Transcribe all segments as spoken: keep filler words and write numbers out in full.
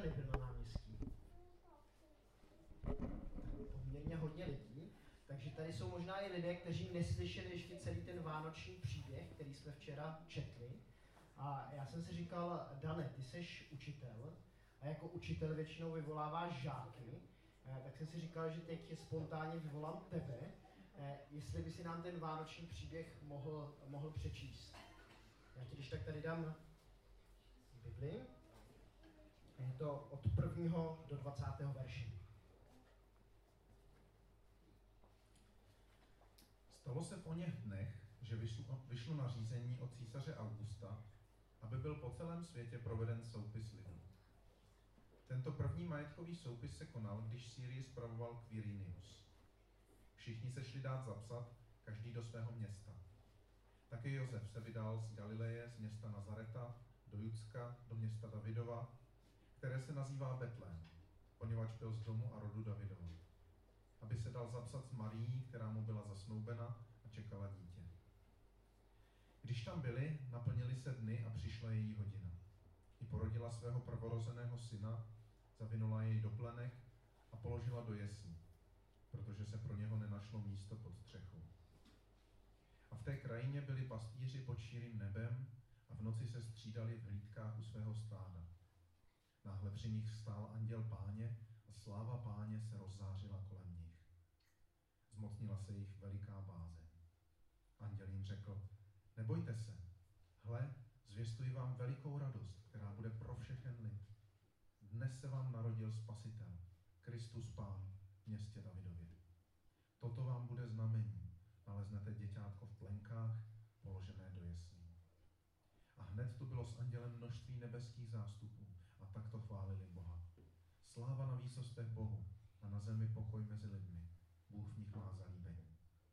nebyl na náměstí? Poměrně hodně lidí. Takže tady jsou možná i lidé, kteří neslyšeli ještě celý ten vánoční příběh, který jsme včera četli. A já jsem si říkal, Dane, ty seš učitel a jako učitel většinou vyvoláváš žáky, tak jsem si říkal, že teď spontánně vyvolám tebe, jestli by si nám ten vánoční příběh mohl, mohl přečíst. Já ti když tak tady dám Bibli. Je to od prvního do dvacátého verše. Stalo se v oněch dnech, že vyšlo, vyšlo nařízení od císaře Augusta, aby byl po celém světě proveden soupis lidu. Tento první majetkový soupis se konal, když Sýrii spravoval Quirinius. Všichni se šli dát zapsat, každý do svého města. Také Josef se vydal z Galileje, z města Nazareta, do Judska, do města Davidova, které se nazývá Betlém, poněvadž byl z domu a rodu Davidova, aby se dal zapsat s Marií, která mu byla zasnoubena a čekala dítě. Když tam byli, naplnili se dny a přišla její hodina. I porodila svého prvorozeného syna, zavinula jej do plenek a položila do jeslí, protože se pro něho nenašlo místo pod střechou. A v té krajině byli pastýři pod širým nebem a v noci se střídali v hlídkách u svého stáda. Náhle při nich stál anděl Páně a sláva Páně se rozzářila kolem nich. Zmocnila se jich veliká bázeň. Anděl jim řekl, nebojte se, hle, zvěstuji vám velikou radost, která bude pro všechen lid. Dnes se vám narodil Spasitel, Kristus Pán, v městě Davidově. Toto vám bude znamení, naleznete děťátko v plenkách, položené do jeslí. A hned tu bylo s andělem množství nebeských zástupů a takto chválili Boha. Sláva na výsostech Bohu a na zemi pokoj mezi lidmi. Bůh v nich má zalíbení.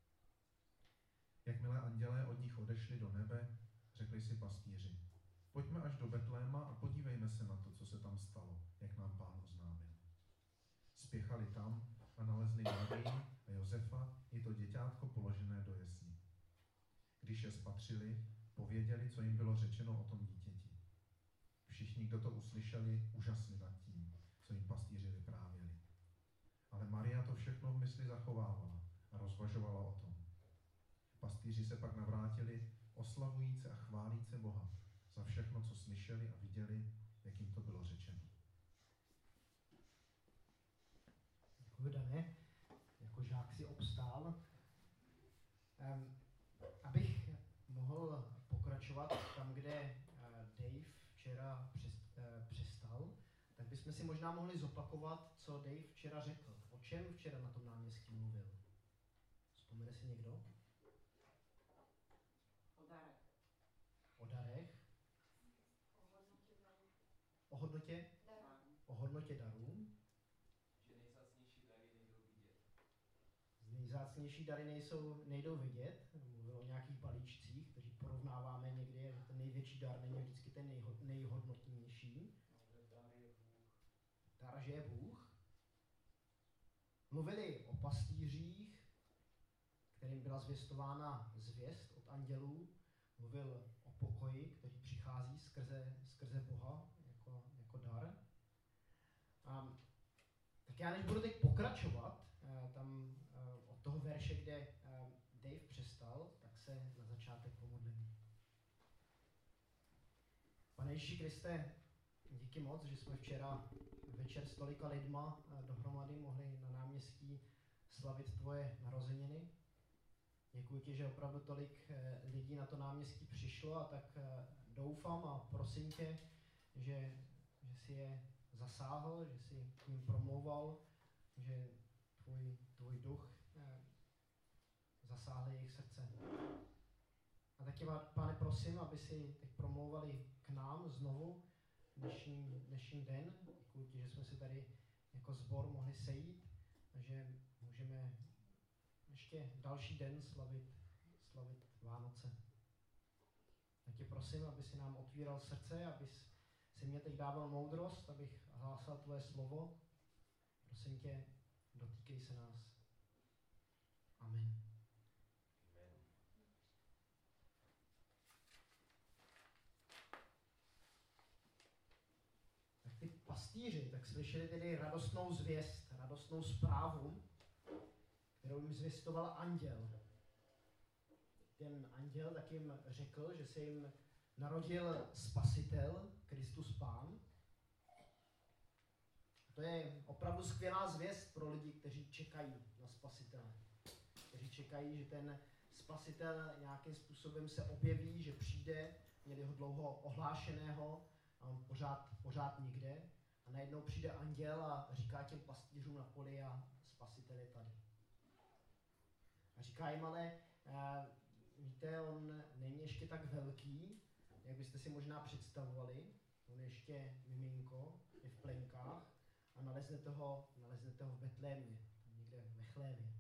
Jakmile andělé od nich odešli do nebe, řekli si pastýři, pojďme až do Betléma a podívejme se na to, co se tam stalo, jak nám Pán oznámil. Spěchali tam a nalezli Marii a Josefa i to děťátko položené do jeslí. Když je spatřili, pověděli, co jim bylo řečeno o tom dítěti. Všichni, kdo to uslyšeli, úžasli nad tím, co jim pastýři vyprávěli. Ale Maria to všechno v mysli zachovávala a rozvažovala o tom. Pastýři se pak navrátili, oslavujíce a chválíce Boha za všechno, co slyšeli a viděli, jak jim to bylo řečeno. Děkuji, Dané. Jako žák si obstál. Um, abych mohl pokračovat tam, kde uh, Dave včera přes, uh, přestal, tak bychom si možná mohli zopakovat, co Dave včera řekl. O čem včera na tom náměstí mluvil? Vzpomene si někdo? O darech. O darech? O hodnotě darů. O hodnotě? Darů. O hodnotě darů. Že nejzácnější dary nejdou vidět. Nejzácnější dary nejsou, nejdou vidět. Mluvil o nějakých balíčcích, kteří porovnáváme někdy, že ten největší dar není vždycky ten nejho, nejhodnotnější. Dar je Bůh. Dar, že je Bůh. Mluvili o pastýřích, kterým byla zvěstována zvěst od andělů. Mluvil o pokoji, který přichází skrze, skrze Boha jako, jako dar. A, tak já než budu teď pokračovat tam od toho verše, kde Dave přestal, tak se na začátek pomodlím. Pane Ježíši Kriste, díky moc, že jsme včera večer s tolika lidma dohromady mohli na náměstí slavit tvoje narozeniny. Děkuji ti, že opravdu tolik lidí na to náměstí přišlo a tak doufám a prosím tě, že, že jsi je zasáhl, že jsi k ním promlouval, že tvůj, tvůj duch zasáhl jejich srdce. A taky, Pane, prosím, aby si teď promlouvali k nám znovu dnešní, dnešní den. Děkuji ti, že jsme se tady jako sbor mohli sejít a že můžeme ještě další den slavit, slavit Vánoce. Tak tě prosím, aby si nám otvíral srdce, abys si mě teď dával moudrost, abych hlásal tvoje slovo. Prosím tě, dotýkej se nás. Amen. Amen. Tak ty pastýři tak slyšeli tedy radostnou zvěst, radostnou zprávu, kterou jim zvěstoval anděl. Ten anděl tak jim řekl, že se jim narodil Spasitel, Kristus Pán. To je opravdu skvělá zvěst pro lidi, kteří čekají na Spasitele. Kteří čekají, že ten Spasitel nějakým způsobem se objeví, že přijde, měli ho dlouho ohlášeného a on pořád, pořád nikde. A najednou přijde anděl a říká těm pastýřům na poli a Spasitel je tady. A říká jim ale, eh, víte, on není ještě tak velký, jak byste si možná představovali. On je ještě miminko, je v plenkách a naleznete ho, naleznete ho v Betlémě, někde ve chlévě.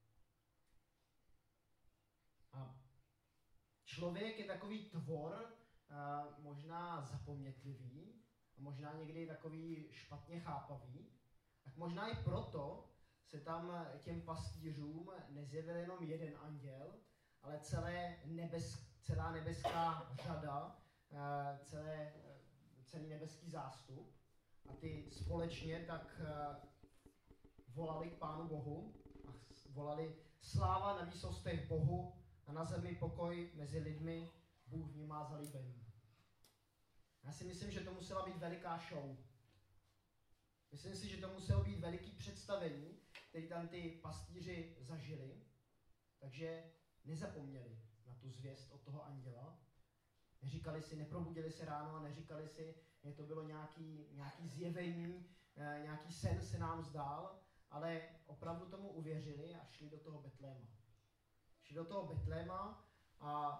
A člověk je takový tvor, uh, možná zapomnětlivý, a možná někdy takový špatně chápavý, tak možná i proto se tam těm pastýřům nezjevil jenom jeden anděl, ale celé nebes, celá nebeská řada, uh, celé, uh, celý nebeský zástup. A ty společně tak uh, volali k Pánu Bohu a volali sláva na výsostech Bohu a na zemi pokoj mezi lidmi, Bůh v ní má zalíbení. Já si myslím, že to musela být veliká show. Myslím si, že to muselo být veliký představení, který tam ty pastýři zažili, takže nezapomněli na tu zvěst od toho anděla. Neříkali si, neprobudili se ráno a neříkali si, že to bylo nějaký, nějaký zjevení, nějaký sen se nám zdál, ale opravdu tomu uvěřili a šli do toho Betléma. Šli do toho Betléma a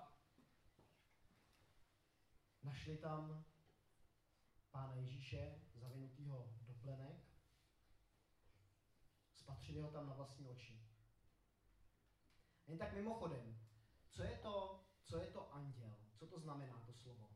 našli tam Pána Ježíše zavinutýho do plenek. Spatřili ho tam na vlastní oči. Jen tak mimochodem, co je to, co je to anděl? Co to znamená to slovo?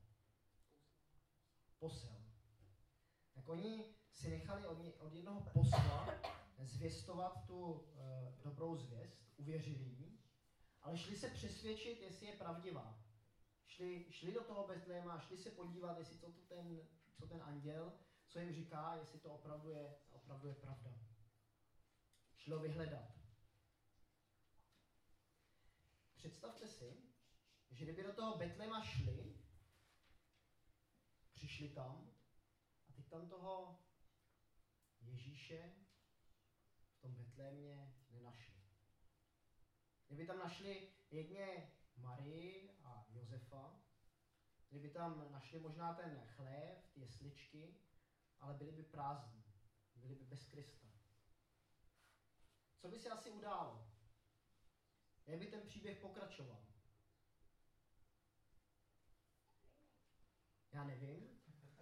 Posel. Tak oni si nechali od, ně, od jednoho posla zvěstovat tu uh, dobrou zvěst, uvěřili jí, ale šli se přesvědčit, jestli je pravdivá. Šli, šli do toho Betléma, šli se podívat, jestli co, to ten, co ten anděl, co jim říká, jestli to opravdu je, opravdu je pravda. Šli ho vyhledat. Představte si, že kdyby do toho Betléma šli, přišli tam a teď tam toho Ježíše v tom Betlémě nenašli. Kdyby tam našli jedně Marii a Josefa, kdyby tam našli možná ten chlév, ty jesličky, ale byli by prázdní, byli by bez Krista. Co by se asi událo? Jak by ten příběh pokračoval? Já nevím,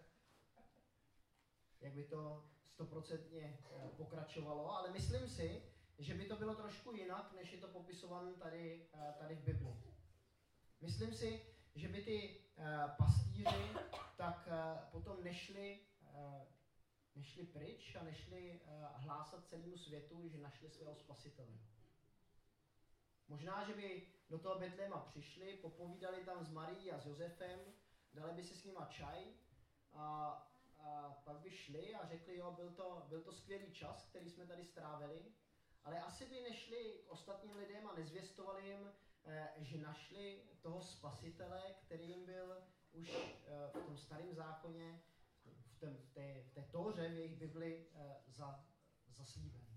jak by to stoprocentně pokračovalo, ale myslím si, že by to bylo trošku jinak, než je to popisované tady, tady v Bibli. Myslím si, že by ty pastýři tak potom nešli, nešli pryč a nešli hlásat celému světu, že našli svého Spasitele. Možná, že by do toho Betléma přišli, popovídali tam s Marií a s Josefem, dali by si s nima čaj a, a pak by šli a řekli, jo, byl to, byl to skvělý čas, který jsme tady strávili, ale asi by nešli k ostatním lidem a nezvěstovali jim, eh, že našli toho Spasitele, který jim byl už eh, v tom starém zákoně, v, tém, v, té, v té Tóře, v jejich Bibli eh, za, zaslíben.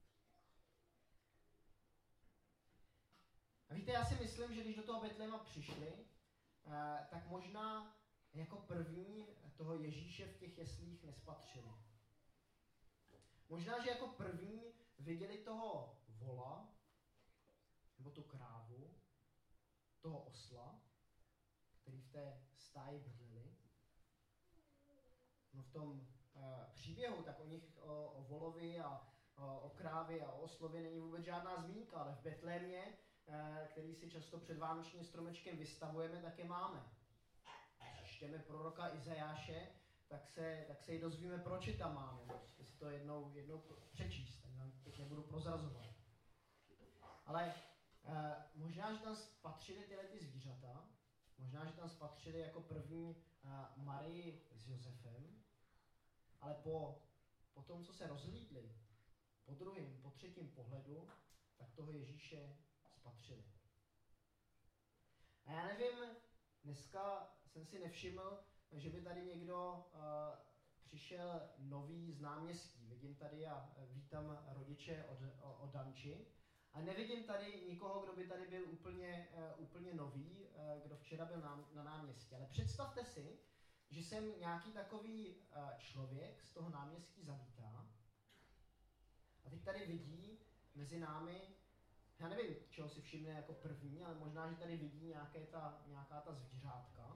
A víte, já si myslím, že když do toho Betléma přišli, eh, tak možná jako první toho Ježíše v těch jeslích nespatřili. Možná, že jako první viděli toho vola, nebo tu krávu, toho osla, který v té stáji bydleli. No v tom uh, příběhu, tak o nich, o, o volovi a o, o krávě a o oslovi není vůbec žádná zmínka, ale v Betlémě, uh, který si často před vánočním stromečkem vystavujeme, tak je máme. Když čteme proroka Izajáše, tak se, tak se i dozvíme, proč je tam máme. Musíte si to jednou, jednou přečíst, tak vám teď nebudu prozrazovat. Ale eh, možná, že tam spatřili tyhle ty zvířata, možná, že tam spatřili jako první eh, Marii s Josefem, ale po, po tom, co se rozhlídli, po druhém, po třetím pohledu, tak toho Ježíše spatřili. A já nevím, dneska jsem si nevšiml, že by tady někdo uh, přišel nový z náměstí. Vidím tady a vítám rodiče od, od Danči. A nevidím tady nikoho, kdo by tady byl úplně, uh, úplně nový, uh, kdo včera byl na, na náměstí. Ale představte si, že jsem nějaký takový uh, člověk z toho náměstí zavítá a teď tady vidí mezi námi, já nevím, čeho si všimne jako první, ale možná, že tady vidí nějaké ta, nějaká ta zvířátka.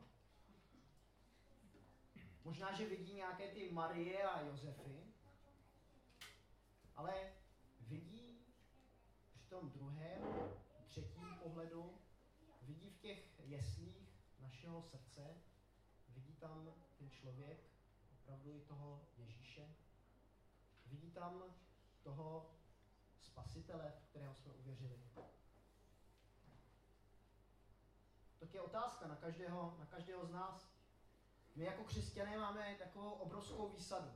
Možná, že vidí nějaké ty Marie a Josefy, ale vidí při tom druhém, třetím pohledu, vidí v těch jeslích našeho srdce, vidí tam ten člověk, opravdu i toho Ježíše, vidí tam toho Spasitele, v kterého jsme uvěřili. Tak je otázka na každého, na každého z nás. My jako křesťané máme takovou obrovskou výsadu.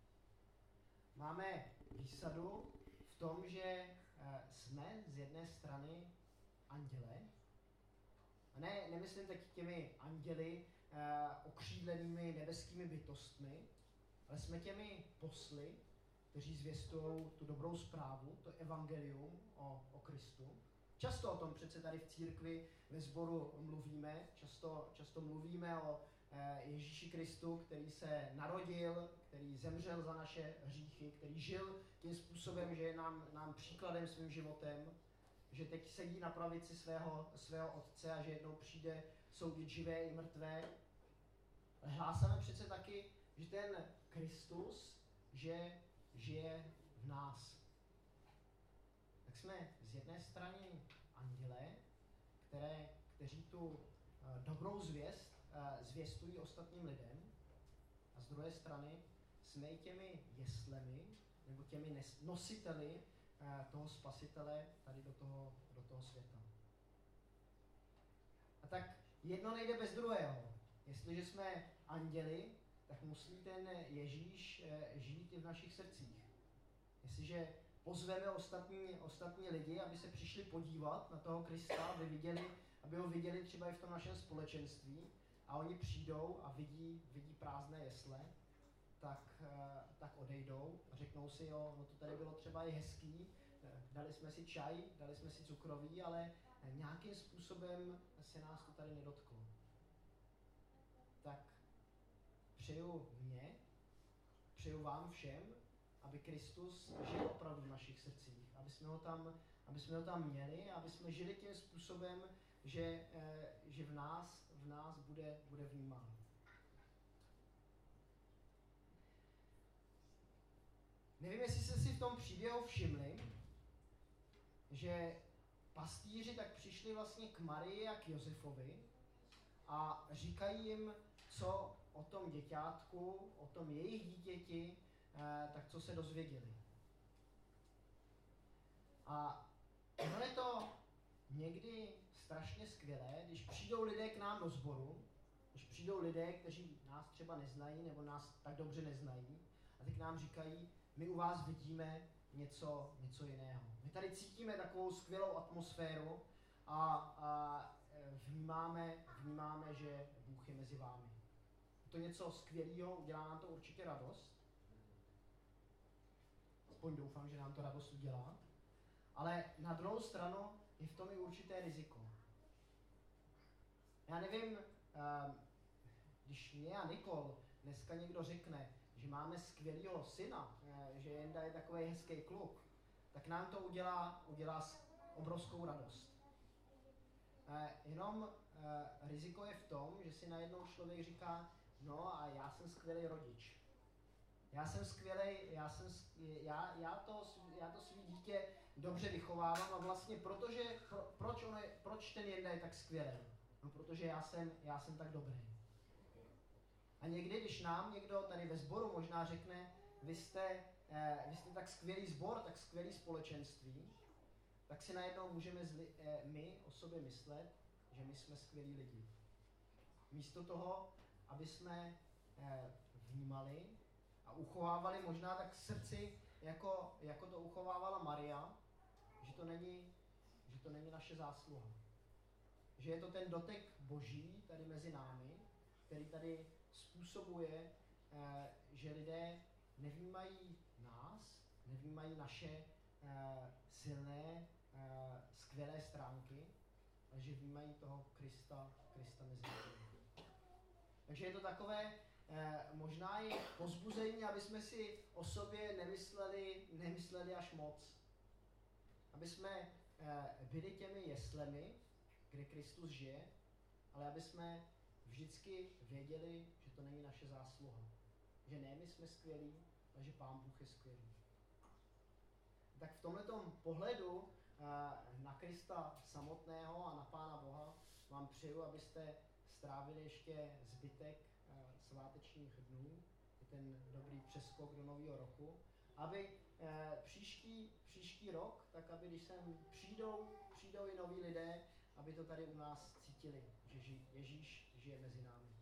Máme výsadu v tom, že jsme z jedné strany anděle, a ne, nemyslím teď těmi anděli okřídlenými nebeskými bytostmi, ale jsme těmi posly, kteří zvěstují tu dobrou zprávu, to evangelium o, o Kristu. Často o tom přece tady v církvi ve sboru mluvíme, často, často mluvíme o e, Ježíši Kristu, který se narodil, který zemřel za naše hříchy, který žil tím způsobem, že je nám, nám příkladem svým životem, že teď sedí na pravici svého, svého otce a že jednou přijde soudit živé i mrtvé. Ale hlásáme přece taky, že ten Kristus, že žije v nás. Tak jsme z jedné strany anděle, které, kteří tu uh, dobrou zvěst uh, zvěstují ostatním lidem, a z druhé strany jsme i těmi jeslemi, nebo těmi nes- nositeli uh, toho Spasitele tady do toho, do toho světa. A tak jedno nejde bez druhého. Jestliže jsme anděli, tak musí ten Ježíš žít i v našich srdcích. Jestliže pozveme ostatní, ostatní lidi, aby se přišli podívat na toho Krista, aby, viděli, aby ho viděli třeba i v tom našem společenství, a oni přijdou a vidí, vidí prázdné jesle, tak, tak odejdou a řeknou si, jo, no to tady bylo třeba i hezký, dali jsme si čaj, dali jsme si cukroví, ale nějakým způsobem se nás to tady nedotklo. Tak přeju mně, přeju vám všem, aby Kristus žil opravdu v našich srdcích, aby jsme ho tam, aby jsme ho tam měli, aby jsme žili tím způsobem, že, že v nás, v nás bude, bude vnímán. Nevím, jestli jste si v tom příběhu všimli, že pastýři tak přišli vlastně k Marii a k Josefovi a říkají jim, co o tom děťátku, o tom jejich dítěti, eh, tak co se dozvěděli. A ono je to někdy strašně skvělé, když přijdou lidé k nám do sboru, když přijdou lidé, kteří nás třeba neznají nebo nás tak dobře neznají, a teď nám říkají, my u vás vidíme něco, něco jiného. My tady cítíme takovou skvělou atmosféru a, a vnímáme, vnímáme, že Bůh je mezi vámi. Je to něco skvělého, udělá nám to určitě radost. Aspoň doufám, že nám to radost udělá. Ale na druhou stranu je v tom i určité riziko. Já nevím, když mě a Nikol dneska někdo řekne, že máme skvělého syna, že Jenda je takový hezký kluk, tak nám to udělá, udělá obrovskou radost. Jenom riziko je v tom, že si najednou člověk říká, no a já jsem skvělý rodič. Já jsem skvělý, já, jsem, já, já, to, já to svý dítě dobře vychovávám a vlastně protože, pro, proč, ono je, proč ten Jenda je tak skvělý? No protože já jsem, já jsem tak dobrý. A někdy, když nám někdo tady ve sboru možná řekne, vy jste, eh, vy jste tak skvělý sbor, tak skvělý společenství, tak si najednou můžeme zli, eh, my o sobě myslet, že my jsme skvělí lidi. Místo toho, aby jsme eh, vnímali a uchovávali možná tak srdci, jako, jako to uchovávala Maria, že to není, že to není naše zásluha. Že je to ten dotek Boží tady mezi námi, který tady způsobuje, eh, že lidé nevnímají nás, nevnímají naše eh, silné, eh, skvělé stránky, ale že vnímají toho Krista, Krista mezi námi. Takže je to takové eh, možná i povzbuzení, aby jsme si o sobě nemysleli, nemysleli až moc. Aby jsme eh, byli těmi jeslemi, kde Kristus žije, ale aby jsme vždycky věděli, že to není naše zásluha. Že ne my jsme skvělí, ale že Pán Bůh je skvělý. Tak v tomhletom pohledu eh, na Krista samotného a na Pána Boha vám přeju, abyste strávili ještě zbytek eh, svátečních dnů, ten dobrý přeskok do nového roku, aby eh, příští, příští rok, tak aby když sem přijdou, přijdou i noví lidé, aby to tady u nás cítili, že Ježíš žije mezi námi.